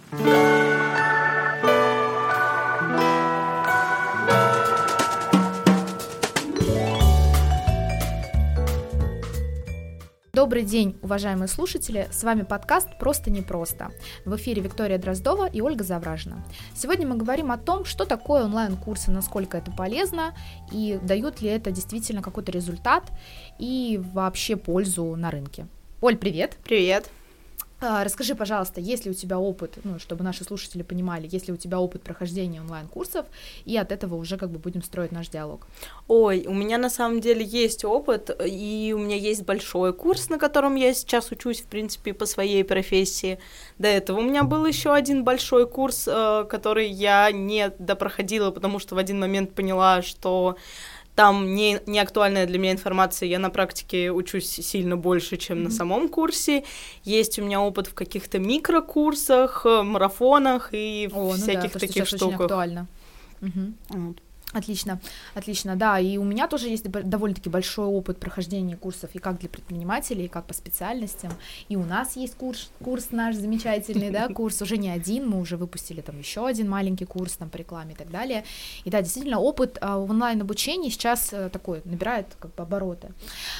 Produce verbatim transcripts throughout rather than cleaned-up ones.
Добрый день, уважаемые слушатели, с вами подкаст «Просто непросто». В эфире Виктория Дроздова и Ольга Завражина. Сегодня мы говорим о том, что такое онлайн-курсы, насколько это полезно и дают ли это действительно какой-то результат и вообще пользу на рынке. Оль, привет! Привет! Расскажи, пожалуйста, есть ли у тебя опыт, ну, чтобы наши слушатели понимали, есть ли у тебя опыт прохождения онлайн-курсов, и от этого уже как бы будем строить наш диалог. Ой, у меня на самом деле есть опыт, и у меня есть большой курс, на котором я сейчас учусь, в принципе, по своей профессии. До этого у меня был еще один большой курс, который я не допроходила, потому что в один момент поняла, что там не, не актуальная для меня информация, я на практике учусь сильно больше, чем mm-hmm. на самом курсе. Есть у меня опыт в каких-то микрокурсах, марафонах и О, всяких ну да, то, таких что штуках. Очень актуально. Mm-hmm. Вот. Отлично, отлично, да, и у меня тоже есть довольно-таки большой опыт прохождения курсов и как для предпринимателей, и как по специальностям, и у нас есть курс, курс наш замечательный, да, курс уже не один, мы уже выпустили там еще один маленький курс там по рекламе и так далее, и да, действительно, опыт а, в онлайн-обучении сейчас а, такой, набирает как бы обороты.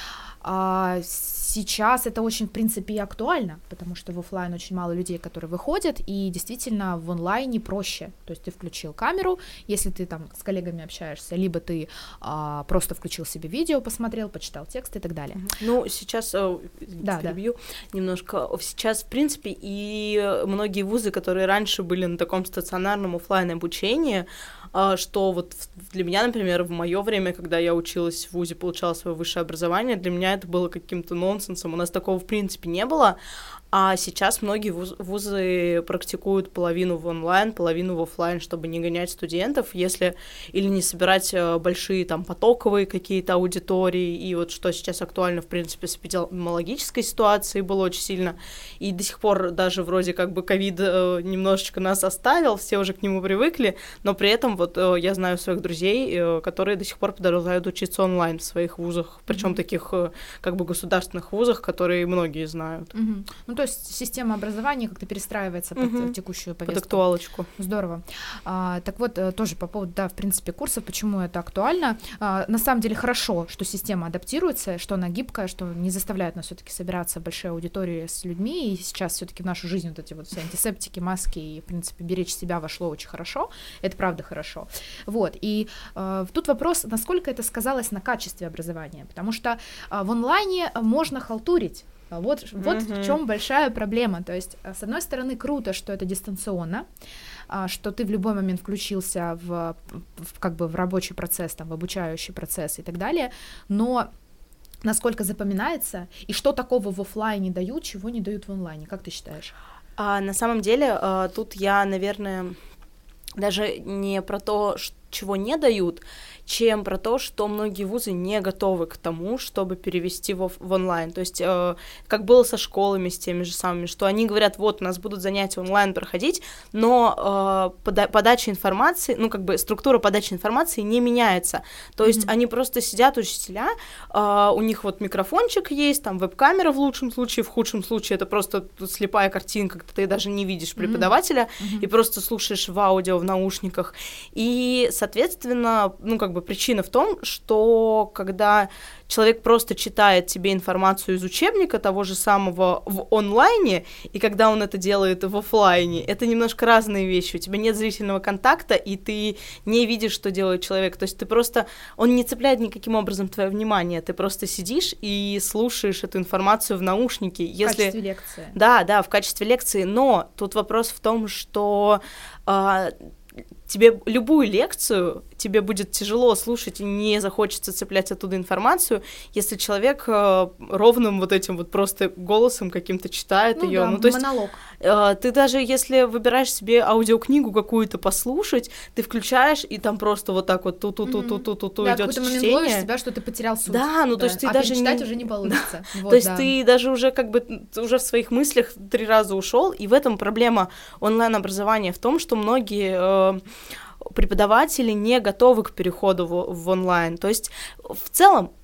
А сейчас это очень, в принципе, и актуально, потому что в офлайн очень мало людей, которые выходят, и действительно в онлайне проще. То есть ты включил камеру, если ты там с коллегами общаешься, либо ты а, просто включил себе видео, посмотрел, почитал текст и так далее. Ну, сейчас, да, перебью да. немножко, сейчас, в принципе, и многие вузы, которые раньше были на таком стационарном офлайн обучении, что вот для меня, например, в мое время, когда я училась в вузе, получала свое высшее образование, для меня это было каким-то нонсенсом, у нас такого в принципе не было, а сейчас многие вуз- вузы практикуют половину в онлайн, половину в офлайн, чтобы не гонять студентов, если или не собирать большие там потоковые какие-то аудитории, и вот что сейчас актуально, в принципе, с эпидемиологической ситуацией было очень сильно, и до сих пор даже вроде как бы ковид немножечко нас оставил, все уже к нему привыкли, но при этом вот я знаю своих друзей, которые до сих пор продолжают учиться онлайн в своих вузах, причем mm-hmm. таких как бы государственных вузах, которые многие знают. Mm-hmm. Ну, то есть система образования как-то перестраивается mm-hmm. под текущую повестку. Под актуалочку. Здорово. А, так вот, тоже по поводу, да, в принципе, курсов, почему это актуально. А, на самом деле хорошо, что система адаптируется, что она гибкая, что не заставляет нас все-таки собираться в большой аудитории с людьми, и сейчас все-таки в нашу жизнь вот эти вот все антисептики, маски и, в принципе, беречь себя вошло очень хорошо. Это правда хорошо. Вот, и э, тут вопрос, насколько это сказалось на качестве образования, потому что э, в онлайне можно халтурить. Вот, mm-hmm. вот в чем большая проблема. То есть, с одной стороны, круто, что это дистанционно, что ты в любой момент включился в, в, как бы в рабочий процесс, там, в обучающий процесс и так далее, но насколько запоминается, и что такого в офлайне дают, чего не дают в онлайне, как ты считаешь? А, на самом деле, тут я, наверное, даже не про то, чего не дают, чем про то, что многие вузы не готовы к тому, чтобы перевести в, в онлайн. То есть, э, как было со школами, с теми же самыми, что они говорят, вот, у нас будут занятия онлайн проходить, но э, пода- подача информации, ну, как бы структура подачи информации не меняется. То есть, mm-hmm. они просто сидят, учителя, э, у них вот микрофончик есть, там веб-камера в лучшем случае, в худшем случае это просто слепая картинка, когда ты даже не видишь преподавателя mm-hmm. и просто слушаешь в аудио, в наушниках. И, соответственно, ну, как бы причина в том, что когда человек просто читает тебе информацию из учебника того же самого в онлайне, и когда он это делает в офлайне, это немножко разные вещи. У тебя нет зрительного контакта, и ты не видишь, что делает человек. То есть ты просто... Он не цепляет никаким образом твое внимание. Ты просто сидишь и слушаешь эту информацию в наушнике. В Если... качестве лекции. Да, да, в качестве лекции. Но тут вопрос в том, что... А... тебе любую лекцию, тебе будет тяжело слушать и не захочется цеплять оттуда информацию, если человек э, ровным вот этим вот просто голосом каким-то читает ну ее. Да, ну, то есть монолог. Э, ты даже если выбираешь себе аудиокнигу какую-то послушать, ты включаешь, и там просто вот так вот ту-ту-ту-ту-ту-ту да, идёт чтение. Да, в какой-то момент ловишь себя, что ты потерял суть. Да, ну да. то есть ты а даже... перечитать не... уже не получится. Да. Вот, то есть да. ты даже уже как бы уже в своих мыслях три раза ушел, и в этом проблема онлайн-образования в том, что многие... Э, преподаватели не готовы к переходу в, в онлайн. То есть в целом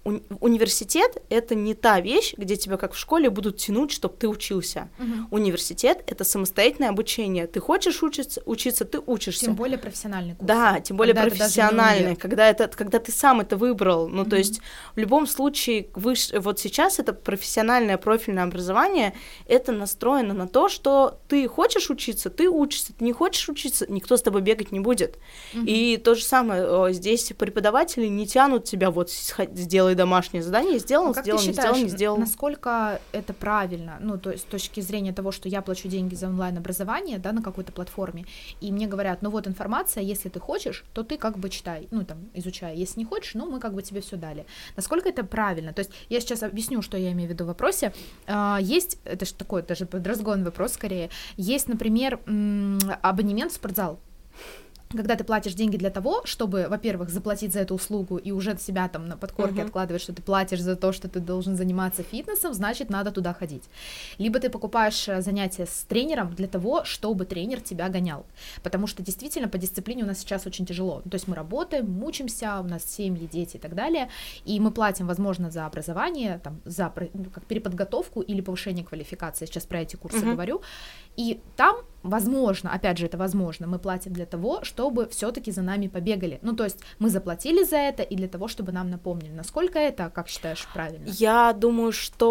уни- университет — это не та вещь, где тебя, как в школе, будут тянуть, чтобы ты учился. Мгм. Университет — это самостоятельное обучение. Ты хочешь учиться, учиться, ты учишься. Тем более профессиональный курс. Да, тем более Когда это даже не профессиональный, универ. когда, это, когда ты сам это выбрал. Ну, Мгм. то есть в любом случае, выш... вот сейчас это профессиональное профильное образование, это настроено на то, что ты хочешь учиться, ты учишься, ты не хочешь учиться, никто с тобой бегать не будет. Мгм. И то же самое, э, здесь преподаватели не тянут тебя, вот, сх- сделай домашнее задание, сделал, Ну, как сделал, ты не считаешь, сделал, не сделал. насколько это правильно, ну, то есть с точки зрения того, что я плачу деньги за онлайн-образование, да, на какой-то платформе, и мне говорят, ну вот информация, если ты хочешь, то ты как бы читай, ну, там, изучай, если не хочешь, ну, мы как бы тебе все дали. Насколько это правильно? То есть я сейчас объясню, что я имею в виду в вопросе. А, есть, это же такой даже подразгон вопрос скорее, есть, например, м, абонемент в спортзал. Когда ты платишь деньги для того, чтобы, во-первых, заплатить за эту услугу и уже себя там на подкорке Мгм. откладывать, что ты платишь за то, что ты должен заниматься фитнесом, значит, надо туда ходить. Либо ты покупаешь э, занятия с тренером для того, чтобы тренер тебя гонял. Потому что действительно по дисциплине у нас сейчас очень тяжело. Ну, то есть мы работаем, мучимся, у нас семьи, дети и так далее, и мы платим, возможно, за образование, там, за про- ну, как переподготовку или повышение квалификации. Я сейчас про эти курсы Мгм. говорю. И там, возможно, опять же, это возможно, мы платим для того, чтобы все-таки за нами побегали. Ну, то есть мы заплатили за это и для того, чтобы нам напомнили. Насколько это, как считаешь, правильно? Я думаю,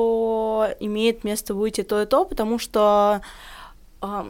что имеет место быть и то, и то, потому что а,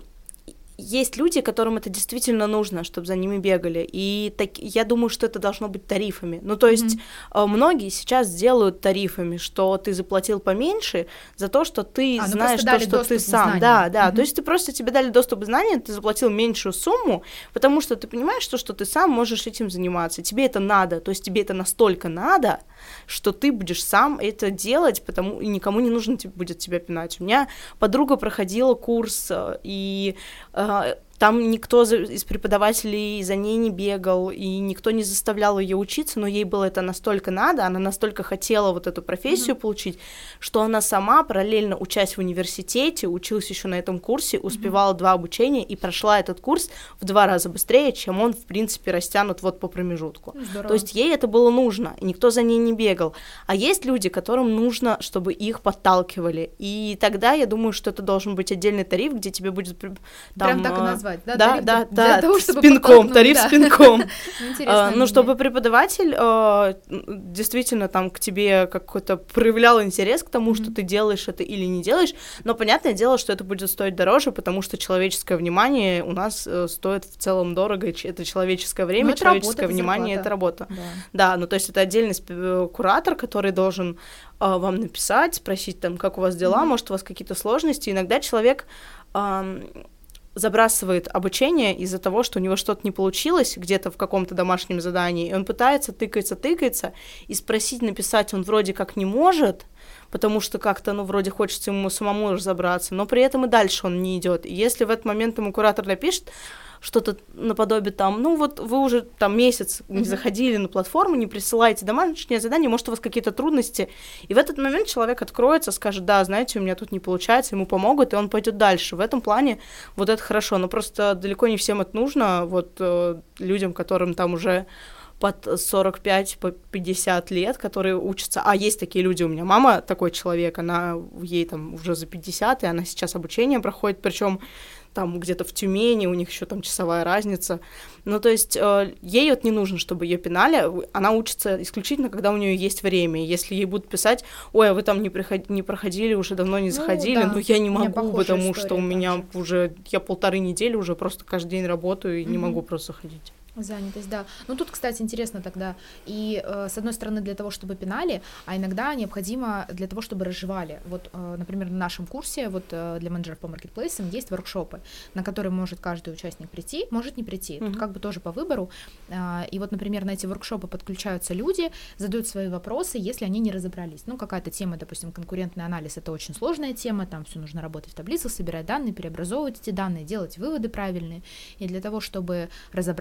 есть люди, которым это действительно нужно, чтобы за ними бегали, и так, я думаю, что это должно быть тарифами. Ну, то есть Мгм. а, многие сейчас делают тарифами, что ты заплатил поменьше за то, что ты А, ну, знаешь просто то, дали что ты доступ к сам. знаниям. Да, да, Мгм. то есть ты просто, тебе дали доступ к знаниям, ты заплатил меньшую сумму, потому что ты понимаешь, что, что ты сам можешь этим заниматься, тебе это надо, то есть тебе это настолько надо, что ты будешь сам это делать, потому и никому не нужно тебе, будет тебя пинать. У меня подруга проходила курс, э, и э, там никто за- из преподавателей за ней не бегал, и никто не заставлял ее учиться, но ей было это настолько надо, она настолько хотела вот эту профессию Мгм. получить, что она сама, параллельно учась в университете, училась еще на этом курсе, успевала два обучения и прошла этот курс в два раза быстрее, чем он, в принципе, растянут вот по промежутку. Ну, здорово. То есть ей это было нужно, и никто за ней не бегал. А есть люди, которым нужно, чтобы их подталкивали. И тогда я думаю, что это должен быть отдельный тариф, где тебе будет при- там... Прям так и э, назвать, да? Да, тариф да, для- для да, того, с чтобы пинком, подтолкнуть, тариф да. с пинком. Ну, А, интересное Ну, мнение. чтобы преподаватель э, действительно там к тебе какой-то проявлял интерес к тому, что Мгм. ты делаешь это или не делаешь, но понятное дело, что это будет стоить дороже, потому что человеческое внимание у нас э, стоит в целом дорого, и ч- это человеческое время, Ну, это работа, человеческое это внимание — зарплата. это работа. Да. Да, ну то есть это отдельный сп- э, куратор, который должен а, вам написать, спросить там, как у вас дела, Мгм. может, у вас какие-то сложности. Иногда человек ам, забрасывает обучение из-за того, что у него что-то не получилось где-то в каком-то домашнем задании, и он пытается, тыкается, тыкается, и спросить, написать он вроде как не может, потому что как-то, ну, вроде хочется ему самому разобраться, но при этом и дальше он не идет. И если в этот момент ему куратор напишет что-то наподобие там, ну, вот вы уже там месяц не Мгм. заходили на платформу, не присылаете домашнее задание, может, у вас какие-то трудности, и в этот момент человек откроется, скажет, да, знаете, у меня тут не получается, ему помогут, и он пойдет дальше. В этом плане вот это хорошо, но просто далеко не всем это нужно, вот э, людям, которым там уже под сорок пять, по пятьдесят лет, которые учатся, а есть такие люди, у меня мама такой человек, она, ей там уже за пятьдесят, и она сейчас обучение проходит, причем там где-то в Тюмени, у них еще там часовая разница. Ну, то есть э, ей вот не нужно, чтобы ее пинали, она учится исключительно, когда у нее есть время. И если ей будут писать, ой, а вы там не, приход... не проходили, уже давно не Ну, заходили, да. ну, я не У меня могу, похожая потому что у история меня также. уже, я полторы недели уже просто каждый день работаю и не Мгм. могу просто заходить. Занятость, да. Ну тут, кстати, интересно тогда, и э, с одной стороны для того, чтобы пинали, а иногда необходимо для того, чтобы разжевали. Вот, э, например, на нашем курсе, вот э, для менеджеров по маркетплейсам есть воркшопы, на которые может каждый участник прийти, может не прийти. Тут Мгм. как бы тоже по выбору. А, и вот, например, на эти воркшопы подключаются люди, задают свои вопросы, если они не разобрались. Ну, какая-то тема, допустим, конкурентный анализ, это очень сложная тема, там все нужно работать в таблицах, собирать данные, преобразовывать эти данные, делать выводы правильные. И для того, чтобы разобраться, вот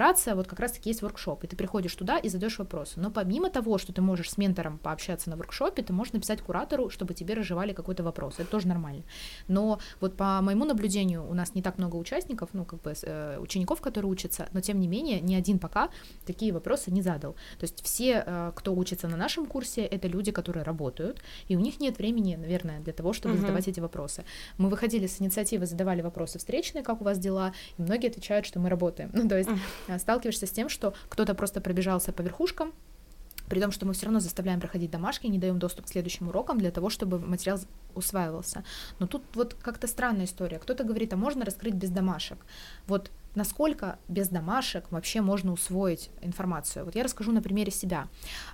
вот как раз-таки есть воркшоп, и ты приходишь туда и задаешь вопросы. Но помимо того, что ты можешь с ментором пообщаться на воркшопе, ты можешь написать куратору, чтобы тебе разжевали какой-то вопрос. Это тоже нормально. Но вот по моему наблюдению у нас не так много участников, ну, как бы э, учеников, которые учатся, но тем не менее ни один пока такие вопросы не задал. То есть все, э, кто учится на нашем курсе, это люди, которые работают, и у них нет времени, наверное, для того, чтобы uh-huh. задавать эти вопросы. Мы выходили с инициативы, задавали вопросы встречные, как у вас дела, и многие отвечают, что мы работаем. Ну, то есть uh-huh. сталкиваешься с тем, что кто-то просто пробежался по верхушкам, при том, что мы все равно заставляем проходить домашки, не даем доступ к следующим урокам для того, чтобы материал усваивался. Но тут вот как-то странная история. Кто-то говорит, а можно раскрыть без домашек? Вот насколько без домашек вообще можно усвоить информацию? Вот я расскажу на примере себя.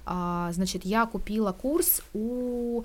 А, значит, я купила курс у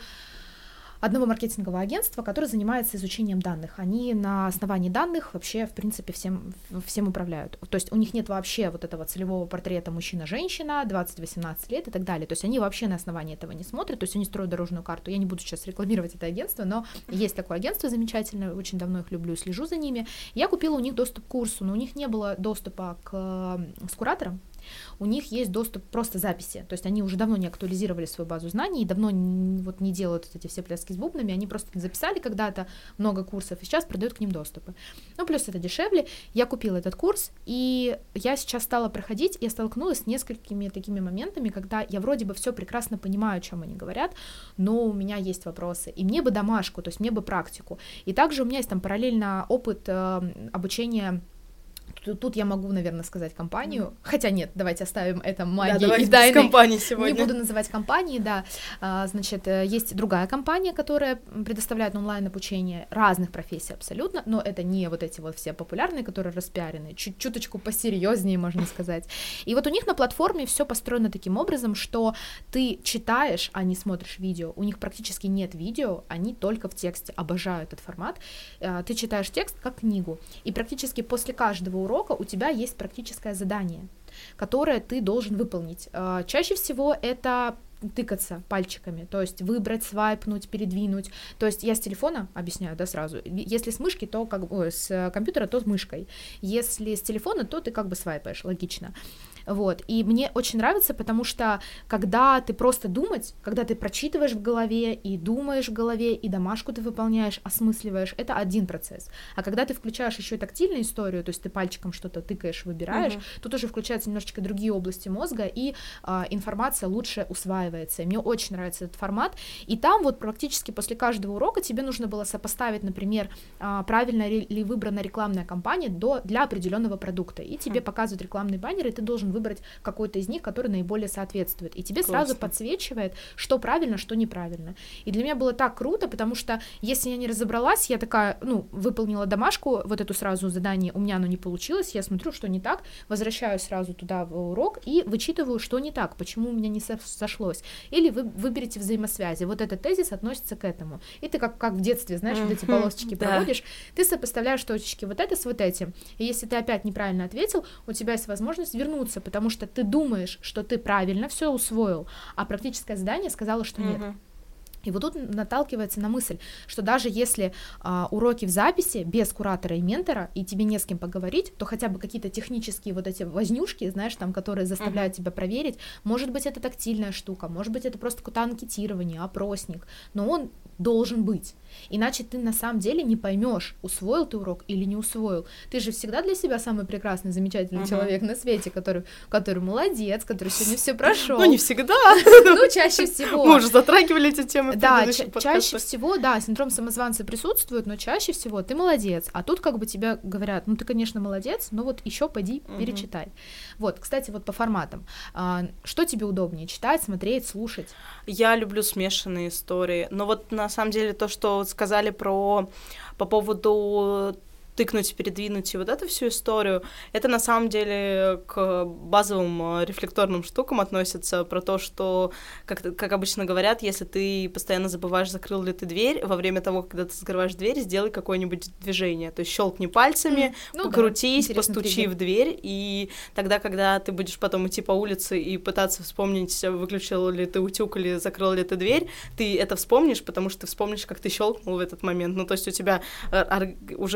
одного маркетингового агентства, которое занимается изучением данных. Они на основании данных вообще, в принципе, всем, всем управляют. То есть у них нет вообще вот этого целевого портрета мужчина-женщина, двадцать-восемнадцать лет и так далее. То есть они вообще на основании этого не смотрят, то есть они строят дорожную карту. Я не буду сейчас рекламировать это агентство, но есть такое агентство замечательное, очень давно их люблю, слежу за ними. Я купила у них доступ к курсу, но у них не было доступа к, с куратором. У них есть доступ просто записи, то есть они уже давно не актуализировали свою базу знаний и давно не, вот, не делают эти все пляски с бубнами, они просто записали когда-то много курсов и сейчас продают к ним доступы. Ну, плюс это дешевле. Я купила этот курс, и я сейчас стала проходить, и я столкнулась с несколькими такими моментами, когда я вроде бы все прекрасно понимаю, о чем они говорят, но у меня есть вопросы, и мне бы домашку, то есть мне бы практику. И также у меня есть там параллельно опыт э, обучения. Тут я могу, наверное, сказать компанию, mm-hmm. хотя нет, давайте оставим это магией да, и тайной. Компании сегодня. Не буду называть компании, да. А, значит, есть другая компания, которая предоставляет онлайн-обучение разных профессий абсолютно, но это не вот эти вот все популярные, которые распиарены, чуть чуточку посерьезнее, можно сказать. И вот у них на платформе все построено таким образом, что ты читаешь, а не смотришь видео. У них практически нет видео, они только в тексте. Обожаю этот формат. А, ты читаешь текст как книгу, и практически после каждого урока у тебя есть практическое задание, которое ты должен выполнить. Чаще всего это тыкаться пальчиками, то есть выбрать, свайпнуть, передвинуть. То есть я с телефона объясняю, да, сразу. Если с мышки, то как бы, с компьютера, то с мышкой. Если с телефона, то ты как бы свайпаешь, логично. Вот, и мне очень нравится, потому что когда ты просто думать, когда ты прочитываешь в голове и думаешь в голове, и домашку ты выполняешь, осмысливаешь, это один процесс. А когда ты включаешь еще и тактильную историю, то есть ты пальчиком что-то тыкаешь, выбираешь, uh-huh. тут уже включаются немножечко другие области мозга, и а, информация лучше усваивается. И мне очень нравится этот формат. И там вот практически после каждого урока тебе нужно было сопоставить, например, а, правильно ли выбрана рекламная кампания до, для определенного продукта. И тебе uh-huh. показывают рекламный баннер, и ты должен выбрать какой-то из них, который наиболее соответствует. И тебе Классно. Сразу подсвечивает, что правильно, что неправильно. И для меня было так круто, потому что если я не разобралась, я такая, ну, выполнила домашку, вот эту сразу задание, у меня оно не получилось, я смотрю, что не так, возвращаюсь сразу туда в урок и вычитываю, что не так, почему у меня не сошлось. Или вы выберете взаимосвязи. Вот этот тезис относится к этому. И ты как, как в детстве, знаешь, вот эти полосочки проводишь, ты сопоставляешь точечки вот это с вот этим. И если ты опять неправильно ответил, у тебя есть возможность вернуться, потому что ты думаешь, что ты правильно все усвоил, а практическое задание сказало, что нет. Uh-huh. И вот тут наталкивается на мысль, что даже если а, уроки в записи без куратора и ментора, и тебе не с кем поговорить, то хотя бы какие-то технические вот эти вознюшки, знаешь, там, которые заставляют uh-huh. тебя проверить, может быть, это тактильная штука, может быть, это просто какое-то анкетирование, опросник, но он должен быть. Иначе ты на самом деле не поймешь, усвоил ты урок или не усвоил. Ты же всегда для себя самый прекрасный, замечательный uh-huh. человек на свете, который, который молодец, который сегодня все прошел. Ну, не всегда. Ну, чаще всего. Мы уже затрагивали эти темы. Да, ча- чаще всего, да, синдром самозванца присутствует, но чаще всего ты молодец, а тут как бы тебе говорят, ну ты, конечно, молодец, но вот еще пойди uh-huh. перечитай. Вот, кстати, вот по форматам, а, что тебе удобнее, читать, смотреть, слушать? Я люблю смешанные истории, но вот на самом деле то, что сказали про по поводу тыкнуть, передвинуть и вот эту всю историю, это на самом деле к базовым рефлекторным штукам относится, про то, что, как, как обычно говорят, если ты постоянно забываешь, закрыл ли ты дверь, во время того, когда ты закрываешь дверь, сделай какое-нибудь движение, то есть щелкни пальцами, mm. ну, покрутись, да, постучи триггер. В дверь, и тогда, когда ты будешь потом идти по улице и пытаться вспомнить, выключил ли ты утюг или закрыл ли ты дверь, ты это вспомнишь, потому что ты вспомнишь, как ты щелкнул в этот момент, ну, то есть у тебя уже как-то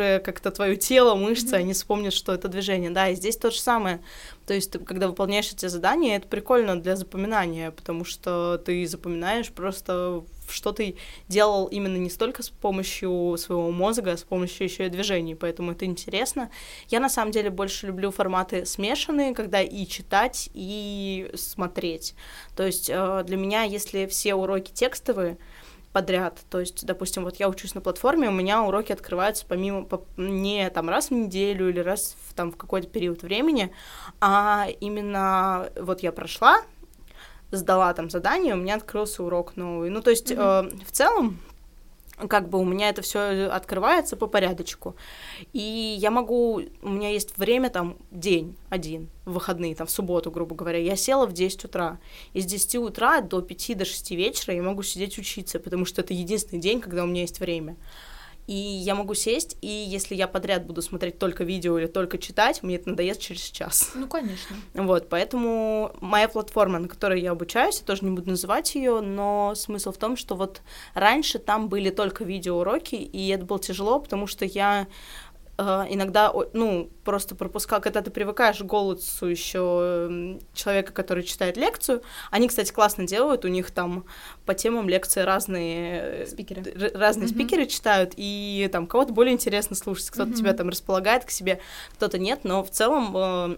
просто твое тело, мышцы, mm-hmm. они вспомнят, что это движение, да, и здесь то же самое. То есть, ты, когда выполняешь эти задания, это прикольно для запоминания, потому что ты запоминаешь просто, что ты делал именно не столько с помощью своего мозга, а с помощью еще и движений, поэтому это интересно. Я, на самом деле, больше люблю форматы смешанные, когда и читать, и смотреть. То есть, для меня, если все уроки текстовые, подряд, то есть, допустим, вот я учусь на платформе, у меня уроки открываются помимо, по, не там раз в неделю или раз в, там, в какой-то период времени, а именно вот я прошла, сдала там задание, у меня открылся урок новый. Ну, то есть, mm-hmm. э, в целом, как бы у меня это все открывается по порядочку. И я могу, у меня есть время, там, день один, в выходные, там, в субботу, грубо говоря, я села в десять утра. И с десяти утра до пяти, до шести вечера я могу сидеть учиться, потому что это единственный день, когда у меня есть время. И я могу сесть, и если я подряд буду смотреть только видео или только читать, мне это надоест через час. Ну, конечно. Вот, поэтому моя платформа, на которой я обучаюсь, я тоже не буду называть ее, но смысл в том, что вот раньше там были только видеоуроки, и это было тяжело, потому что я иногда, ну, просто пропускала, когда ты привыкаешь к голосу еще человека, который читает лекцию. Они, кстати, классно делают, у них там по темам лекции разные спикеры, р- разные mm-hmm. спикеры читают, и там кого-то более интересно слушать, кто-то mm-hmm. тебя там располагает к себе, кто-то нет, но в целом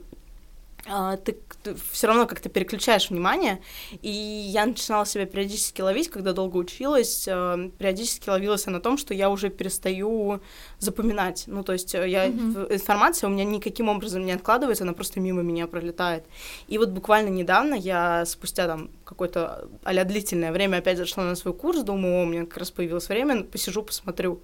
ты, ты все равно как-то переключаешь внимание, и я начинала себя периодически ловить, когда долго училась, периодически ловилась на том, что я уже перестаю запоминать, ну, то есть я, mm-hmm. информация у меня никаким образом не откладывается, она просто мимо меня пролетает. И вот буквально недавно я спустя там какое-то а-ля длительное время опять зашла на свой курс, думаю, о, у меня как раз появилось время, посижу, посмотрю.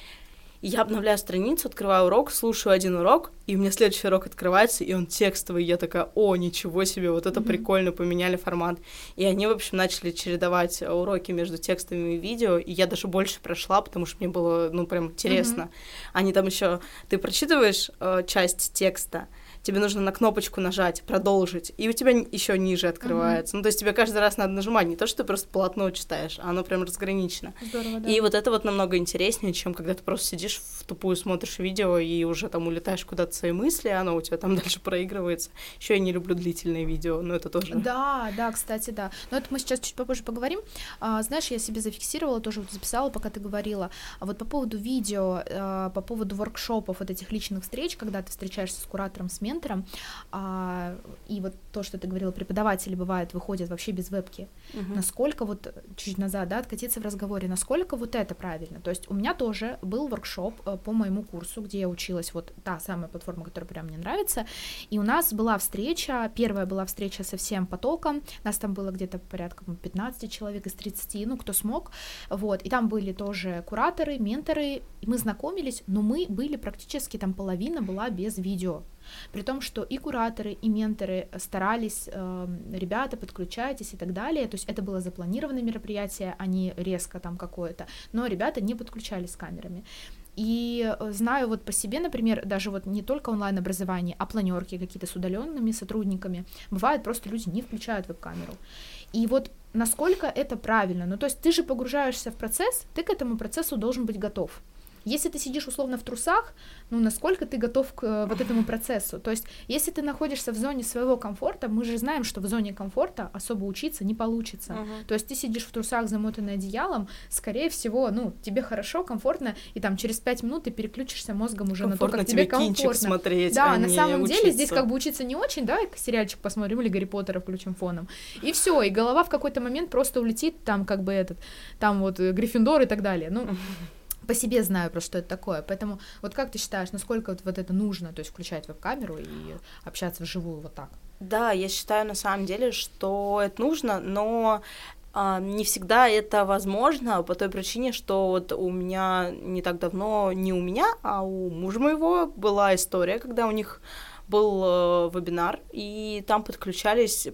Я обновляю страницу, открываю урок, слушаю один урок, и у меня следующий урок открывается, и он текстовый, и я такая, о, ничего себе, вот это mm-hmm. прикольно, поменяли формат. И они, в общем, начали чередовать уроки между текстовыми и видео, и я даже больше прошла, потому что мне было, ну, прям интересно. Mm-hmm. Они там еще, ты прочитываешь э, часть текста, тебе нужно на кнопочку нажать, продолжить, и у тебя еще ниже открывается. Mm-hmm. Ну, то есть тебе каждый раз надо нажимать, не то, что ты просто полотно читаешь, а оно прям разграничено. Здорово, да. И вот это вот намного интереснее, чем когда ты просто сидишь в тупую, смотришь видео и уже там улетаешь куда-то в свои мысли, а оно у тебя там дальше проигрывается. Еще я не люблю длительные видео, но это тоже... Да, да, кстати, да. Но это мы сейчас чуть попозже поговорим. А, знаешь, я себе зафиксировала, тоже вот записала, пока ты говорила. А вот по поводу видео, а, по поводу воркшопов, вот этих личных встреч, когда ты встречаешься с куратором, с ментором, а, и вот то, что ты говорила, преподаватели, бывают, выходят вообще без вебки. Uh-huh. Насколько вот, чуть назад, да, откатиться в разговоре, насколько вот это правильно? То есть у меня тоже был воркшоп по моему курсу, где я училась, вот та самая платформа, которая прям мне нравится, и у нас была встреча, первая была встреча со всем потоком, нас там было где-то порядка пятнадцать человек из тридцати, ну, кто смог, вот, и там были тоже кураторы, менторы, и мы знакомились, но мы были практически, там половина была без видео. При том, что и кураторы, и менторы старались, э, ребята, подключайтесь и так далее, то есть это было запланированное мероприятие, а не резко там какое-то, но ребята не подключались с камерами. И знаю вот по себе, например, даже вот не только онлайн-образование, а планерки какие-то с удаленными сотрудниками, бывает, просто люди не включают веб-камеру. И вот насколько это правильно, ну то есть ты же погружаешься в процесс, ты к этому процессу должен быть готов. Если ты сидишь условно в трусах, ну, насколько ты готов к э, вот этому процессу? То есть, если ты находишься в зоне своего комфорта, мы же знаем, что в зоне комфорта особо учиться не получится. Uh-huh. То есть, ты сидишь в трусах, замотанный одеялом, скорее всего, ну, тебе хорошо, комфортно, и там через пять минут ты переключишься мозгом уже комфортно на то, как тебе комфортно. Кинчик смотреть, да, а на не самом учиться. деле здесь как бы учиться не очень, да, сериальчик посмотрим или Гарри Поттера включим фоном. И все, и голова в какой-то момент просто улетит, там как бы этот, там вот Гриффиндор и так далее. Ну, по себе знаю просто, что это такое, поэтому вот как ты считаешь, насколько вот, вот это нужно, то есть включать веб-камеру и общаться вживую вот так? Да, я считаю на самом деле, что это нужно, но а, не всегда это возможно по той причине, что вот у меня не так давно, не у меня, а у мужа моего была история, когда у них был э, вебинар, и там подключались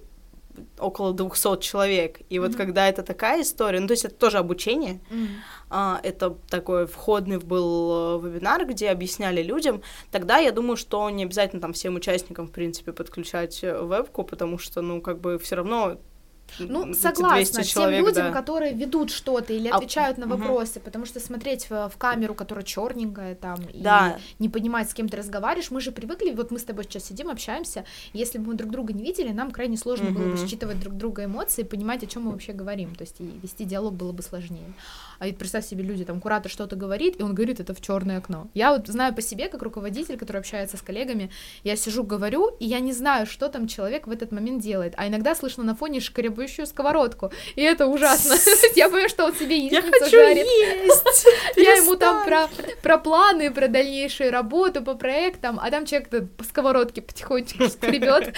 около двухсот человек, и mm-hmm. вот когда это такая история, ну, то есть это тоже обучение, mm-hmm. а, это такой входный был вебинар, где объясняли людям, тогда я думаю, что не обязательно там всем участникам, в принципе, подключать вебку, потому что, ну, как бы все равно Ну, согласна, тем людям, да. которые ведут что-то или отвечают а, на вопросы, угу. потому что смотреть в, в камеру, которая черненькая, там, да. и не понимать, с кем ты разговариваешь, мы же привыкли, вот мы с тобой сейчас сидим, общаемся, если бы мы друг друга не видели, нам крайне сложно угу. было бы считывать друг друга эмоции, понимать, о чем мы вообще говорим, то есть и вести диалог было бы сложнее. А ведь представь себе, люди, там, куратор что-то говорит, и он говорит это в черное окно. Я вот знаю по себе, как руководитель, который общается с коллегами, я сижу, говорю, и я не знаю, что там человек в этот момент делает, а иногда слышно на фоне шкрябающую сковородку, и это ужасно. Я боюсь, что он себе яичницу жарит. Я ему там про, про планы, про дальнейшую работу по проектам, а там человек по сковородке потихонечку скребет.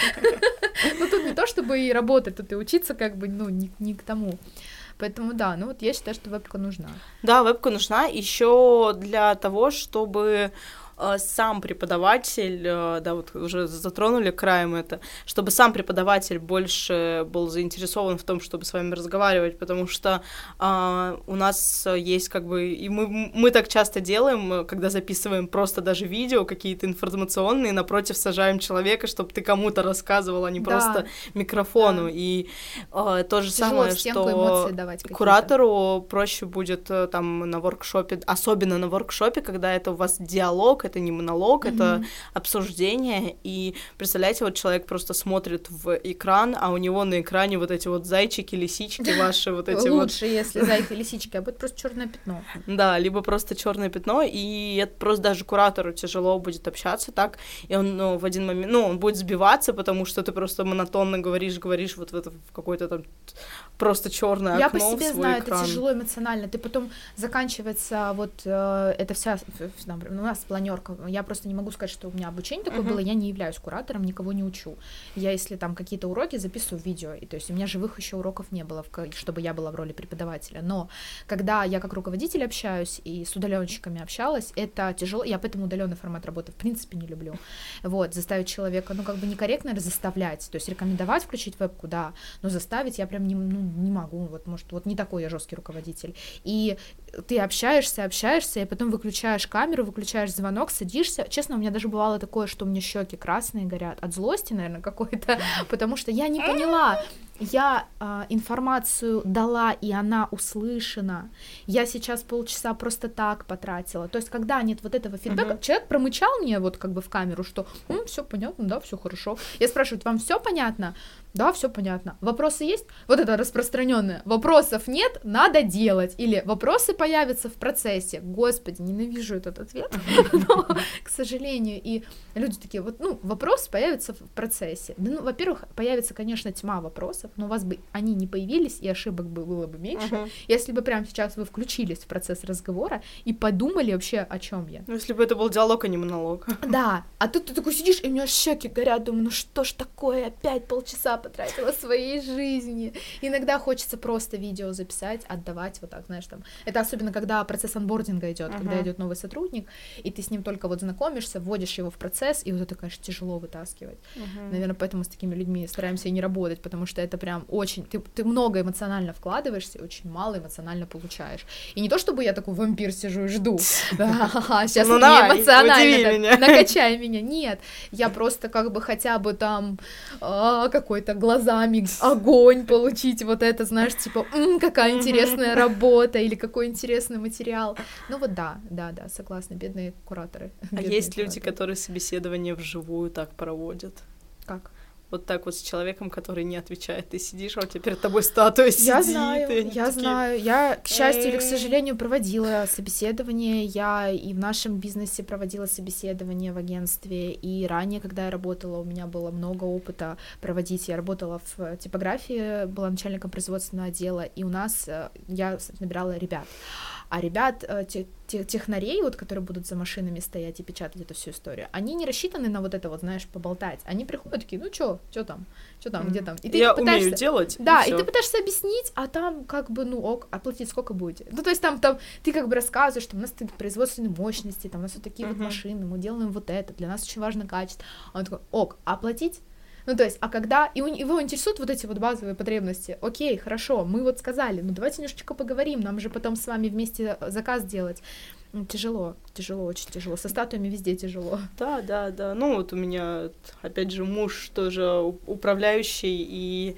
Ну тут не то, чтобы и работать, тут и учиться как бы, ну, не, не к тому. Поэтому да, ну вот я считаю, что вебка нужна. Да, вебка нужна еще для того, чтобы сам преподаватель, да, вот уже затронули краем это, чтобы сам преподаватель больше был заинтересован в том, чтобы с вами разговаривать, потому что а, у нас есть как бы, и мы, мы так часто делаем, когда записываем просто даже видео какие-то информационные, напротив сажаем человека, чтобы ты кому-то рассказывал, а не да. просто микрофону, да. и а, то же тяжело самое, что куратору проще будет там на воркшопе, особенно на воркшопе, когда это у вас диалог, это не монолог, mm-hmm. это обсуждение, и представляете, вот человек просто смотрит в экран, а у него на экране вот эти вот зайчики, лисички ваши, вот эти вот... Лучше, если зайки, лисички, а будет просто черное пятно. Да, либо просто черное пятно, и это просто даже куратору тяжело будет общаться так, и он, ну, в один момент, ну, он будет сбиваться, потому что ты просто монотонно говоришь, говоришь вот в это, в какое-то там просто черное окно в свой экран. Я по себе знаю, это тяжело эмоционально, ты потом заканчивается вот э, это вся, там, у нас планерка. Я просто не могу сказать, что у меня обучение такое uh-huh. было, я не являюсь куратором, никого не учу. Я, если там какие-то уроки, записываю в видео, и то есть у меня живых еще уроков не было, чтобы я была в роли преподавателя, но когда я как руководитель общаюсь и с удаленщиками общалась, это тяжело, я поэтому удаленный формат работы в принципе не люблю. Вот, заставить человека, ну как бы некорректно заставлять, то есть рекомендовать включить вебку, да, но заставить я прям не, ну, не могу, вот может, вот не такой я жесткий руководитель. И ты общаешься, общаешься, и потом выключаешь камеру, выключаешь звонок, садишься. Честно, у меня даже бывало такое, что у меня щеки красные горят от злости, наверное, какой-то, потому что я не поняла. Я э, информацию дала, и она услышана. Я сейчас полчаса просто так потратила. То есть, когда нет вот этого фидбэка, uh-huh. человек промычал мне вот как бы в камеру, что «М, все понятно, да, все хорошо». Я спрашиваю, вам все понятно? Да, все понятно. Вопросы есть? Вот это распространенное. Вопросов нет, надо делать. Или вопросы появятся в процессе. Господи, ненавижу этот ответ, но, к сожалению, и люди такие, вот, ну, вопрос появится в процессе. Да, ну, во-первых, появится, конечно, тьма вопросов, но у вас бы они не появились, и ошибок бы было бы меньше, uh-huh. если бы прямо сейчас вы включились в процесс разговора и подумали вообще, о чем я. Ну, если бы это был диалог, а не монолог. Да, а тут ты такой сидишь, и у меня щеки горят, думаю, ну что ж такое, опять полчаса потратила своей жизни. Иногда хочется просто видео записать, отдавать, вот так, знаешь, там. Это особенно, когда процесс онбординга идет, uh-huh. когда идет новый сотрудник, и ты с ним только вот знакомишься, вводишь его в процесс, и вот это, конечно, тяжело вытаскивать. Uh-huh. Наверное, поэтому с такими людьми стараемся и не работать, потому что это прям очень... Ты, ты много эмоционально вкладываешься, и очень мало эмоционально получаешь. И не то, чтобы я такой вампир сижу и жду. Сейчас мне эмоционально накачай меня. Нет, я просто как бы хотя бы там какой-то глазами огонь получить, вот это, знаешь, типа, какая интересная работа или какой интересный материал. Ну вот да, да, да, согласна, бедные кураторы. А есть люди, которые собеседование вживую так проводят? Как? Вот так вот с человеком, который не отвечает. Ты сидишь, а у тебя перед тобой статуя сидит. Я знаю, я такие... знаю. Я, к счастью или к сожалению, проводила собеседование. Я и в нашем бизнесе проводила собеседование в агентстве. И ранее, когда я работала, у меня было много опыта проводить. Я работала в типографии, была начальником производственного отдела, и у нас я набирала ребят. А ребят, те, те, технарей, вот, которые будут за машинами стоять и печатать эту всю историю, они не рассчитаны на вот это вот, знаешь, поболтать. Они приходят такие, ну чё, чё там, чё там, mm. где там. И ты Я пытаешься... умею делать. Да, и, и ты пытаешься объяснить, а там как бы, ну ок, оплатить сколько будете? Ну то есть там, там ты как бы рассказываешь, что у нас такие производственные мощности, там у нас вот такие mm-hmm. вот машины, мы делаем вот это, для нас очень важно качество. А он такой, ок, оплатить? Ну, то есть, а когда... И его интересуют вот эти вот базовые потребности. Окей, хорошо, мы вот сказали, ну, давайте немножечко поговорим, нам же потом с вами вместе заказ делать. Ну, тяжело, тяжело, очень тяжело. Со статуями везде тяжело. Да, да, да. Ну, вот у меня, опять же, муж тоже управляющий, и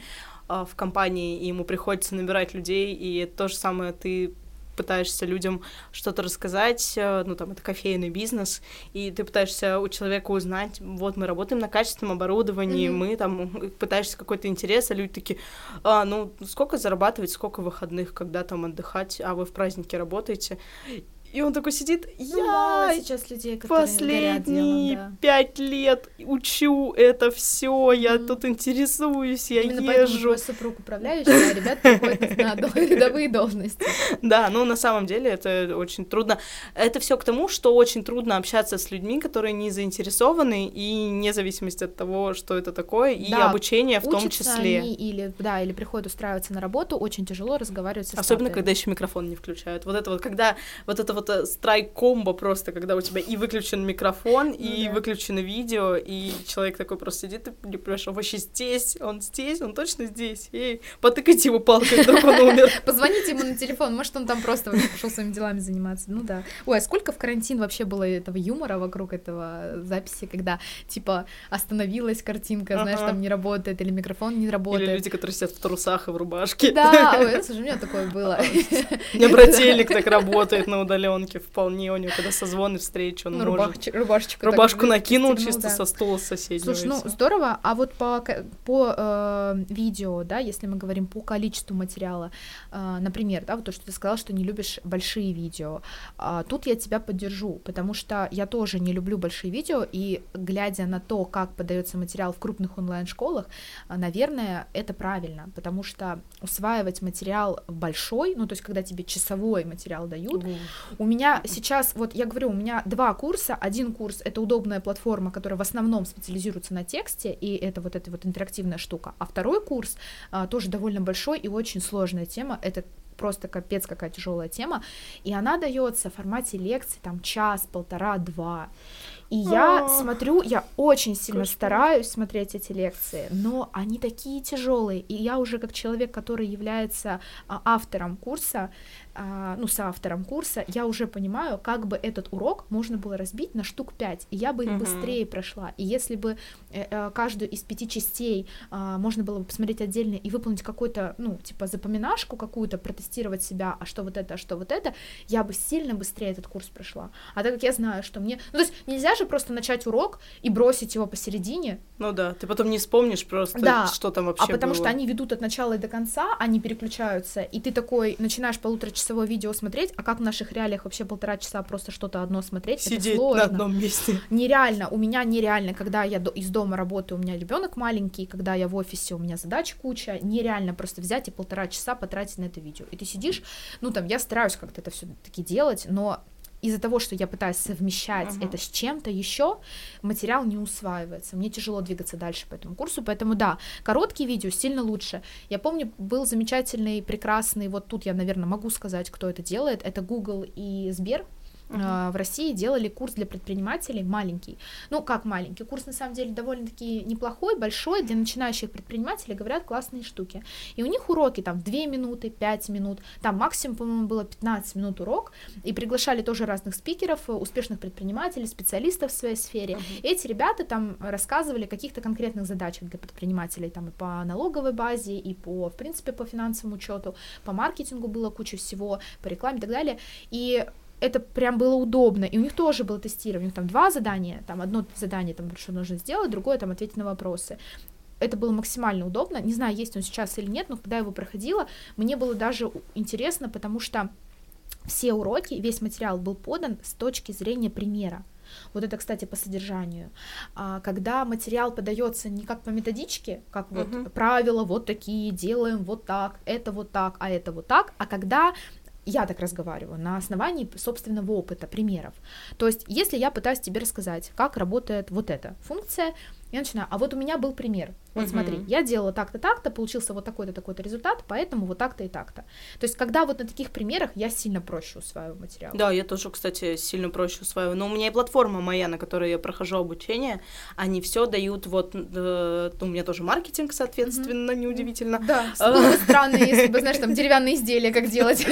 а, в компании, и ему приходится набирать людей, и то же самое ты пытаешься людям что-то рассказать, ну, там, это кофейный бизнес, и ты пытаешься у человека узнать, вот, мы работаем на качественном оборудовании, mm-hmm. мы там пытаешься какой-то интерес, а люди такие, а, ну, сколько зарабатывать, сколько выходных, когда там отдыхать, а вы в празднике работаете. И он такой сидит, я ну, сейчас людей, последние делом, да. пять лет учу это все, я mm-hmm. тут интересуюсь, я Именно езжу. Именно поэтому твой супруг управляющий, а ребята приходят на рядовые должности. Да, ну на самом деле это очень трудно. Это все к тому, что очень трудно общаться с людьми, которые не заинтересованы, и вне зависимости от того, что это такое, и да, обучение в том числе. Они или, да, или приходят устраиваться на работу, очень тяжело разговаривать со Особенно, стартами. Когда еще микрофон не включают. Вот это вот, когда вот это вот страйк-комбо просто, когда у тебя и выключен микрофон, ну, и да. выключено видео, и человек такой просто сидит и спрашивает, он вообще здесь? Он здесь? Он точно здесь? Эй, потыкайте его палкой, вдруг он умер. Позвоните ему на телефон, может, он там просто пошел своими делами заниматься. Ну да. Ой, а сколько в карантин вообще было этого юмора вокруг этого записи, когда, типа, остановилась картинка, знаешь, там не работает, или микрофон не работает. Или люди, которые сидят в трусах и в рубашке. Да, ой, слушай, у меня такое было. Не брательник так работает на удаленке. Вполне у него, когда созвоны, встречи, он ну, может... Рубашечку, рубашку накинул чисто да. со стула соседнего. Слушай, ну, здорово, а вот по, по э, видео, да, если мы говорим по количеству материала, э, например, да, вот то, что ты сказала, что не любишь большие видео, э, тут я тебя поддержу, потому что я тоже не люблю большие видео, и глядя на то, как подается материал в крупных онлайн-школах, э, наверное, это правильно, потому что усваивать материал большой, ну, то есть когда тебе часовой материал дают, mm. у меня сейчас, вот я говорю, у меня два курса. Один курс — это удобная платформа, которая в основном специализируется на тексте, и это вот эта вот интерактивная штука. А второй курс а, тоже довольно большой и очень сложная тема. Это просто капец какая тяжелая тема, и она дается в формате лекций там час, полтора, два. И я смотрю, я очень сильно Кошмар. стараюсь смотреть эти лекции, но они такие тяжелые, и я уже как человек, который является а, автором курса, а, ну, соавтором курса, я уже понимаю, как бы этот урок можно было разбить на штук пять, и я бы их uh-huh. быстрее прошла. И если бы э, э, каждую из пяти частей э, можно было бы посмотреть отдельно и выполнить какой-то, ну, типа запоминашку какую-то, протестировать себя, а что вот это, а что вот это, я бы сильно быстрее этот курс прошла. А так как я знаю, что мне... Ну, то есть нельзя же просто начать урок и бросить его посередине. Ну да, ты потом не вспомнишь просто, да. что там вообще было. А потому было. Что они ведут от начала и до конца, они переключаются, и ты такой начинаешь полуторачасовое видео смотреть, а как в наших реалиях вообще полтора часа просто что-то одно смотреть, сидеть это сложно. на одном месте. Нереально, у меня нереально, когда я до, из дома работаю, у меня ребенок маленький, когда я в офисе, у меня задач куча, нереально просто взять и полтора часа потратить на это видео. И ты сидишь, ну там, я стараюсь как-то это все-таки делать, но из-за того, что я пытаюсь совмещать uh-huh. это с чем-то еще, материал не усваивается. Мне тяжело двигаться дальше по этому курсу, поэтому да, короткие видео сильно лучше. Я помню, был замечательный, прекрасный, вот тут я, наверное, могу сказать, кто это делает, это Google и Сбер. Uh-huh. В России делали курс для предпринимателей маленький. Ну, как маленький? Курс, на самом деле, довольно-таки неплохой, большой, для начинающих предпринимателей, говорят, классные штуки. И у них уроки там две минуты, пять минут, там максимум, по-моему, было пятнадцать минут урок, и приглашали тоже разных спикеров, успешных предпринимателей, специалистов в своей сфере. Uh-huh. Эти ребята там рассказывали о каких-то конкретных задачах для предпринимателей, там и по налоговой базе, и по, в принципе, по финансовому учету, по маркетингу было куча всего, по рекламе и так далее. И это прям было удобно, и у них тоже было тестирование, у них там два задания, там одно задание, там, что нужно сделать, другое, там, ответить на вопросы. Это было максимально удобно, не знаю, есть он сейчас или нет, но когда я его проходила, мне было даже интересно, потому что все уроки, весь материал был подан с точки зрения примера. Вот это, кстати, по содержанию. А, когда материал подается не как по методичке, как вот uh-huh. правила вот такие, делаем вот так, это вот так, а это вот так, а когда... Я так разговариваю на основании собственного опыта, примеров. То есть, если я пытаюсь тебе рассказать, как работает вот эта функция, я начинаю, а вот у меня был пример. Вот uh-huh. смотри, я делала так-то, так-то, получился вот такой-то, такой-то результат, поэтому вот так-то и так-то. То есть, когда вот на таких примерах я сильно проще усваиваю материал. Да, я тоже, кстати, сильно проще усваиваю. Но у меня и платформа моя, на которой я прохожу обучение, они все дают вот... Э, у меня тоже маркетинг, соответственно, uh-huh. неудивительно. Да, было странно, если бы, знаешь, там деревянные изделия, как делать.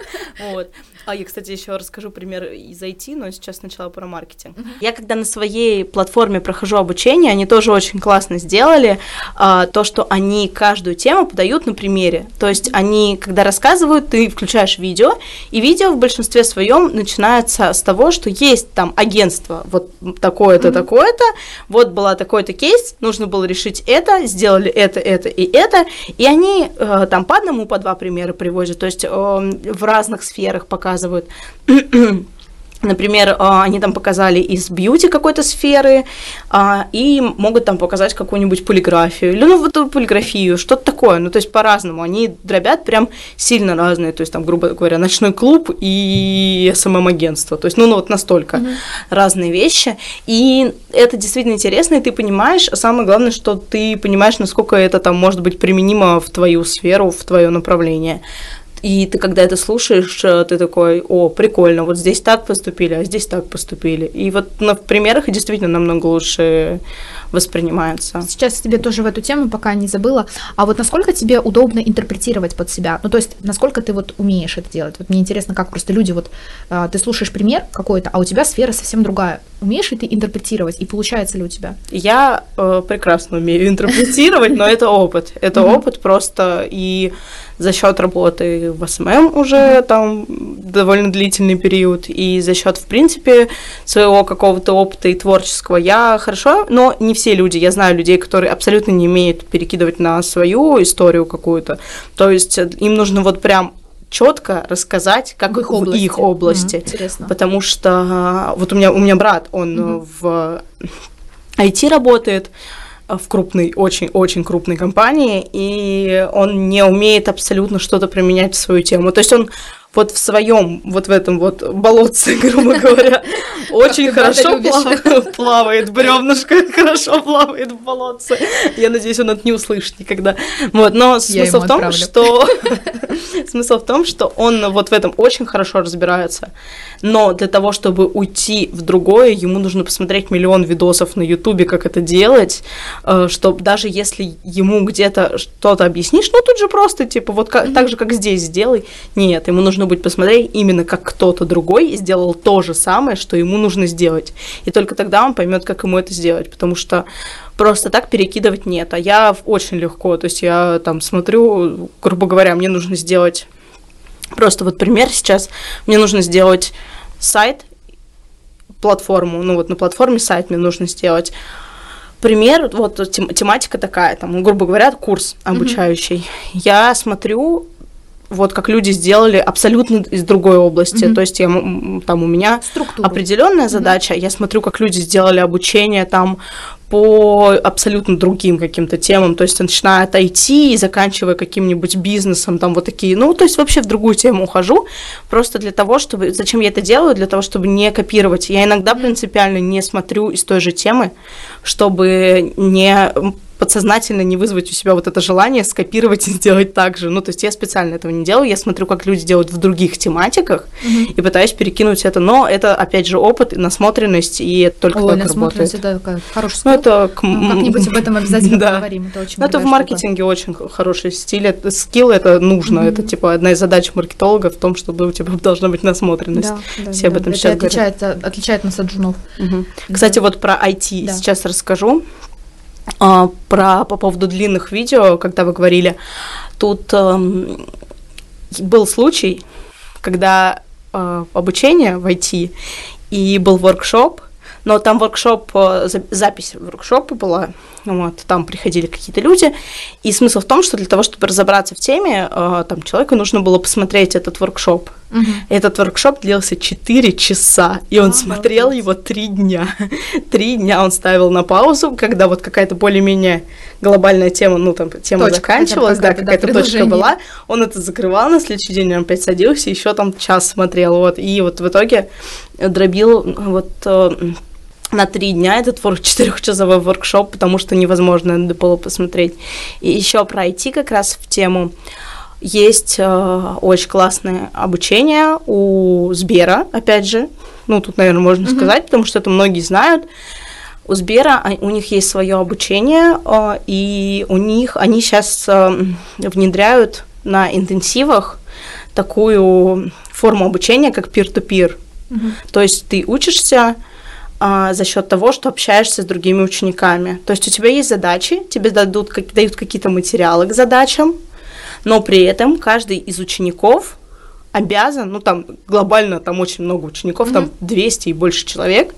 Вот. А я, кстати, еще расскажу пример из ай ти, но сейчас сначала про маркетинг. Я когда на своей платформе прохожу обучение, они тоже очень классно сделали, а, то, что они каждую тему подают на примере. То есть они, когда рассказывают, ты включаешь видео, и видео в большинстве своем начинается с того, что есть там агентство, вот такое-то, mm-hmm. такое-то, вот была такой-то кейс, нужно было решить это, сделали это, это и это, и они э, там по одному, по два примера приводят, то есть э, в разных сферах показывают. Например, они там показали из бьюти какой-то сферы, и могут там показать какую-нибудь полиграфию, или ну вот полиграфию, что-то такое, ну то есть по-разному, они дробят прям сильно разные, то есть там, грубо говоря, ночной клуб и эс эм эм-агентство, то есть ну, ну вот настолько mm-hmm. разные вещи, и это действительно интересно, и ты понимаешь, а самое главное, что ты понимаешь, насколько это там может быть применимо в твою сферу, в твое направление. И ты, когда это слушаешь, ты такой, о, прикольно, вот здесь так поступили, а здесь так поступили. И вот на примерах действительно намного лучше воспринимается. Сейчас тебе тоже в эту тему пока не забыла. А вот насколько тебе удобно интерпретировать под себя? Ну, то есть, насколько ты вот умеешь это делать? Вот мне интересно, как просто люди, вот ты слушаешь пример какой-то, а у тебя сфера совсем другая. Умеешь ли ты интерпретировать, и получается ли у тебя? Я э, прекрасно умею интерпретировать, но это опыт. Это опыт просто и за счет работы в эс эм эм уже там довольно длительный период, и за счет, в принципе, своего какого-то опыта и творческого я хорошо, но не все люди, я знаю людей, которые абсолютно не умеют перекидывать на свою историю какую-то, то есть им нужно вот прям четко рассказать, как в их области, в их области. Mm-hmm. Потому что вот у меня, у меня брат, он mm-hmm. в ай ти работает, в крупной, очень-очень крупной компании, и он не умеет абсолютно что-то применять в свою тему. То есть он вот в своем, вот в этом вот болотце, грубо говоря, очень хорошо плавает, бревнышко хорошо плавает в болотце. Я надеюсь, он это не услышит никогда. Вот, но смысл в том, что смысл в том, что он вот в этом очень хорошо разбирается. Но для того, чтобы уйти в другое, ему нужно посмотреть миллион видосов на Ютубе, как это делать, чтобы даже если ему где-то что-то объяснишь, ну тут же просто типа вот так же, как здесь сделай. Нет, ему нужно будет посмотреть именно как кто-то другой сделал то же самое, что ему нужно сделать. И только тогда он поймет, как ему это сделать, потому что просто так перекидывать нет. А я очень легко, то есть я там смотрю, грубо говоря, мне нужно сделать, просто вот пример сейчас, мне нужно сделать сайт, платформу, ну вот на платформе сайт мне нужно сделать. Пример, вот тем, тематика такая, там, грубо говоря, курс обучающий. Mm-hmm. Я смотрю, вот как люди сделали абсолютно из другой области. Mm-hmm. То есть я, там у меня структуру. Определенная задача, mm-hmm. я смотрю, как люди сделали обучение там по абсолютно другим каким-то темам, то есть начиная от ай ти и заканчивая каким-нибудь бизнесом, там вот такие, ну, то есть вообще в другую тему ухожу, просто для того, чтобы, зачем я это делаю, для того, чтобы не копировать. Я иногда принципиально не смотрю из той же темы, чтобы не подсознательно не вызвать у себя вот это желание скопировать и сделать так же. Ну, то есть я специально этого не делаю, я смотрю, как люди делают в других тематиках, mm-hmm. и пытаюсь перекинуть это, но это, опять же, опыт, насмотренность, и это только Ой, так работает. Это хороший скилл. Ну, это... Как-нибудь об этом обязательно поговорим. Это очень ну, это в маркетинге очень хороший стиль, это скилл, это нужно, mm-hmm. это, типа, одна из задач маркетолога в том, чтобы у тебя должна быть насмотренность. Да, да, Все да, об этом это сейчас отличает, говорят. Отличает нас от джунов. Mm-hmm. Да. Кстати, вот про ай ти да. сейчас расскажу. Uh, про, по поводу длинных видео, когда вы говорили, тут um, был случай, когда uh, обучение в ай ти, и был воркшоп, но там воркшоп, запись воркшопа была, вот, там приходили какие-то люди, и смысл в том, что для того, чтобы разобраться в теме, там человеку нужно было посмотреть этот воркшоп. Угу. Этот воркшоп длился четыре часа, и он а, смотрел молодец. Его три дня. Три дня он ставил на паузу, когда вот какая-то более-менее глобальная тема, ну, там, тема точка, заканчивалась, да, какая-то да, точка была, он это закрывал, на следующий день он опять садился, еще там час смотрел, вот, и вот в итоге дробил вот... на три дня этот четырехчасовой воркшоп, потому что невозможно это было посмотреть. И еще про ай ти как раз в тему. Есть э, очень классное обучение у Сбера, опять же. Ну, тут, наверное, можно mm-hmm. сказать, потому что это многие знают. У Сбера, у них есть свое обучение, э, и у них, они сейчас э, внедряют на интенсивах такую форму обучения, как peer-to-peer. Mm-hmm. То есть ты учишься а, за счет того, что общаешься с другими учениками. То есть у тебя есть задачи, тебе дадут, как, дают какие-то материалы к задачам, но при этом каждый из учеников обязан, ну там глобально там очень много учеников, mm-hmm. там двести и больше человек,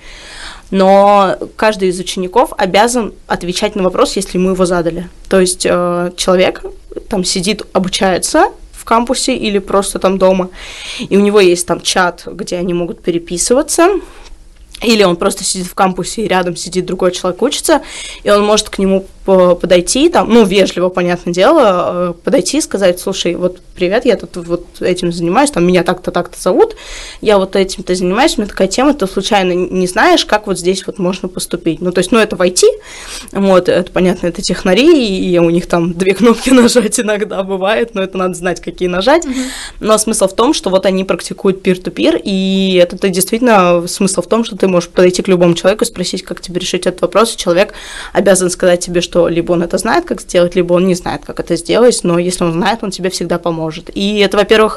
но каждый из учеников обязан отвечать на вопрос, если ему его задали. То есть э, человек там сидит, обучается в кампусе или просто там дома, и у него есть там чат, где они могут переписываться, или он просто сидит в кампусе, и рядом сидит другой человек, учится, и он может к нему подойти, там, ну, вежливо, понятное дело, подойти и сказать: слушай, вот привет, я тут вот этим занимаюсь, там, меня так-то, так-то зовут, я вот этим-то занимаюсь, у меня такая тема, ты случайно не знаешь, как вот здесь вот можно поступить? Ну, то есть, ну, это в ай ти, вот, это, понятно, это технари, и у них там две кнопки нажать иногда бывает, но это надо знать, какие нажать, mm-hmm. но смысл в том, что вот они практикуют peer-to-peer, и это, это действительно смысл в том, что ты можешь подойти к любому человеку и спросить, как тебе решить этот вопрос, и человек обязан сказать тебе, что что либо он это знает, как сделать, либо он не знает, как это сделать, но если он знает, он тебе всегда поможет. И это, во-первых,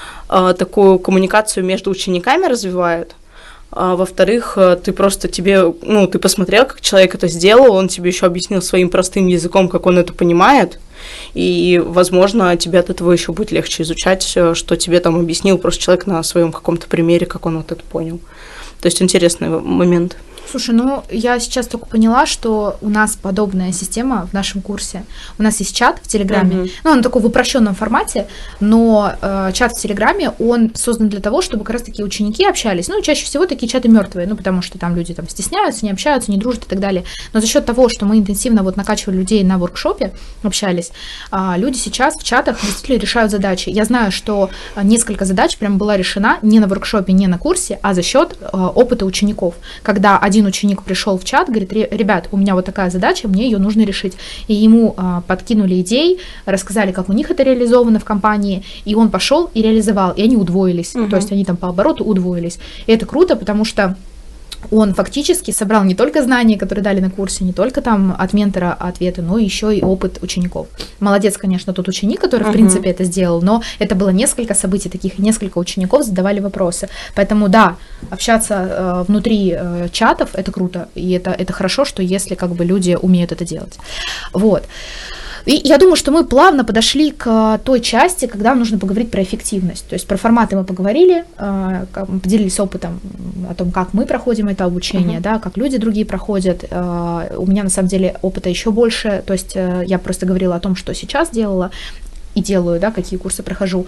такую коммуникацию между учениками развивает, а во-вторых, ты просто тебе, ну, ты посмотрел, как человек это сделал, он тебе еще объяснил своим простым языком, как он это понимает, и, возможно, тебе от этого еще будет легче изучать, что тебе там объяснил просто человек на своем каком-то примере, как он вот это понял. То есть интересный момент. Слушай, ну я сейчас только поняла, что у нас подобная система в нашем курсе. У нас есть чат в Телеграме, uh-huh. ну он такой в упрощенном формате, но э, чат в Телеграме, он создан для того, чтобы как раз таки ученики общались. Ну, чаще всего такие чаты мертвые, ну, потому что там люди там стесняются, не общаются, не дружат и так далее. Но за счет того, что мы интенсивно вот накачивали людей на воркшопе, общались, э, люди сейчас в чатах действительно решают задачи. Я знаю, что несколько задач прям была решена не на воркшопе, не на курсе, а за счет э, опыта учеников. Когда один ученик пришел в чат, говорит: ребят, у меня вот такая задача, мне ее нужно решить. И ему а, подкинули идей, рассказали, как у них это реализовано в компании, и он пошел и реализовал, и они удвоились. Uh-huh. То есть они там по обороту удвоились. И это круто, потому что он фактически собрал не только знания, которые дали на курсе, не только там от ментора ответы, но еще и опыт учеников. Молодец, конечно, тот ученик, который, uh-huh. в принципе, это сделал, но это было несколько событий таких, и несколько учеников задавали вопросы. Поэтому, да, общаться э, внутри э, чатов — это круто, и это, это хорошо, что если как бы люди умеют это делать. Вот. И я думаю, что мы плавно подошли к той части, когда нужно поговорить про эффективность. То есть про форматы мы поговорили, поделились опытом о том, как мы проходим это обучение, uh-huh. да, как люди другие проходят. У меня на самом деле опыта еще больше, то есть я просто говорила о том, что сейчас делала и делаю, да, какие курсы прохожу.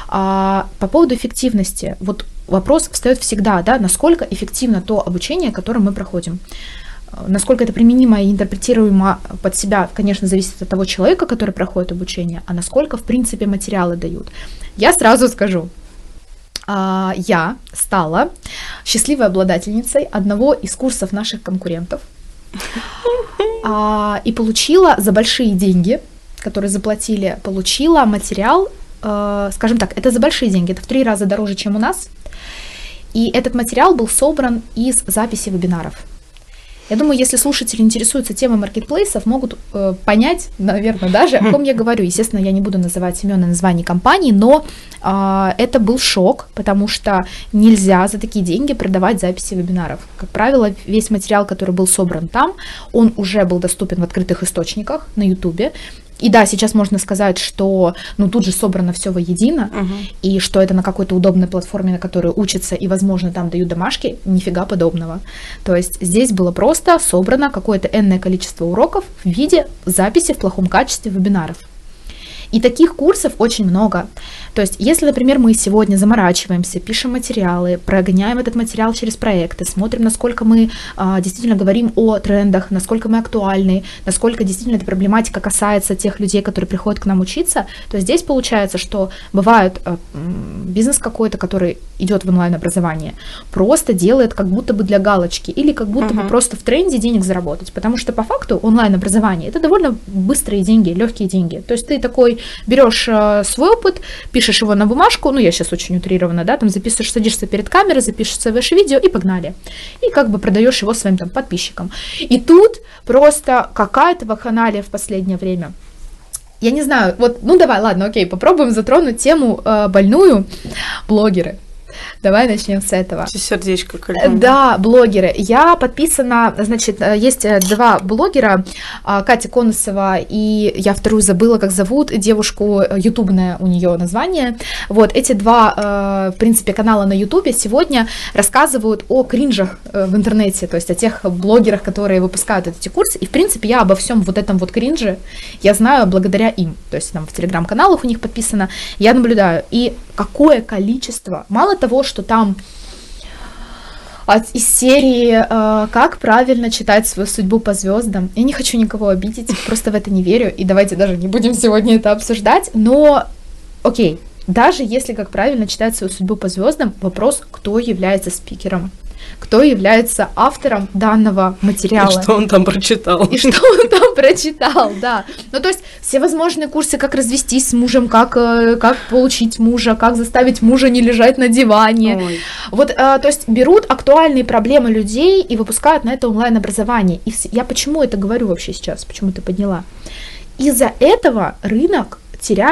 А по поводу эффективности, вот вопрос встает всегда, да, насколько эффективно то обучение, которое мы проходим. Насколько это применимо и интерпретируемо под себя, конечно, зависит от того человека, который проходит обучение, а насколько, в принципе, материалы дают. Я сразу скажу, я стала счастливой обладательницей одного из курсов наших конкурентов и получила за большие деньги, которые заплатили, получила материал, скажем так, это за большие деньги, это в три раза дороже, чем у нас, и этот материал был собран из записи вебинаров. Я думаю, если слушатели интересуются темой маркетплейсов, могут э, понять, наверное, даже, о ком я говорю. Естественно, я не буду называть имен и названий компаний, но э, это был шок, потому что нельзя за такие деньги продавать записи вебинаров. Как правило, весь материал, который был собран там, он уже был доступен в открытых источниках на Ютубе. И да, сейчас можно сказать, что ну тут же собрано все воедино, uh-huh. и что это на какой-то удобной платформе, на которой учатся, и, возможно, там дают домашки, нифига подобного. То есть здесь было просто собрано какое-то энное количество уроков в виде записи в плохом качестве вебинаров. И таких курсов очень много. То есть, если, например, мы сегодня заморачиваемся, пишем материалы, прогоняем этот материал через проекты, смотрим, насколько мы а, действительно говорим о трендах, насколько мы актуальны, насколько действительно эта проблематика касается тех людей, которые приходят к нам учиться, то здесь получается, что бывает а, бизнес какой-то, который идет в онлайн-образование, просто делает как будто бы для галочки или как будто uh-huh. бы просто в тренде денег заработать, потому что по факту онлайн-образование — это довольно быстрые деньги, легкие деньги. То есть ты такой берешь э, свой опыт, пишешь его на бумажку, ну я сейчас очень утрированно, да, там записываешь, садишься перед камерой, запишешь видео и погнали. И как бы продаешь его своим там подписчикам. И тут просто какая-то вакханалия в последнее время. Я не знаю, вот, ну давай, ладно, окей, попробуем затронуть тему э, больную, блогеры. Давай начнем с этого. Сердечко кольнем. Да, блогеры. Я подписана, значит, есть два блогера, Катя Конусова и я вторую забыла, как зовут, девушку, ютубное у нее название. Вот, эти два, в принципе, канала на ютубе сегодня рассказывают о кринжах в интернете, то есть о тех блогерах, которые выпускают эти курсы. И, в принципе, я обо всем вот этом вот кринже я знаю благодаря им. То есть там в телеграм-каналах у них подписано, я наблюдаю. И какое количество, мало того, что там от, из серии э, «Как правильно читать свою судьбу по звездам». Я не хочу никого обидеть, просто в это не верю, и давайте даже не будем сегодня это обсуждать, но окей, даже если «Как правильно читать свою судьбу по звездам», вопрос, кто является спикером, кто является автором данного материала. И что он там прочитал. И что он там прочитал, да. Ну, то есть все возможные курсы, как развестись с мужем, как, как получить мужа, как заставить мужа не лежать на диване. Ой. Вот, то есть берут актуальные проблемы людей и выпускают на это онлайн-образование. И я почему это говорю вообще сейчас, почему ты подняла? Из-за этого рынок теряет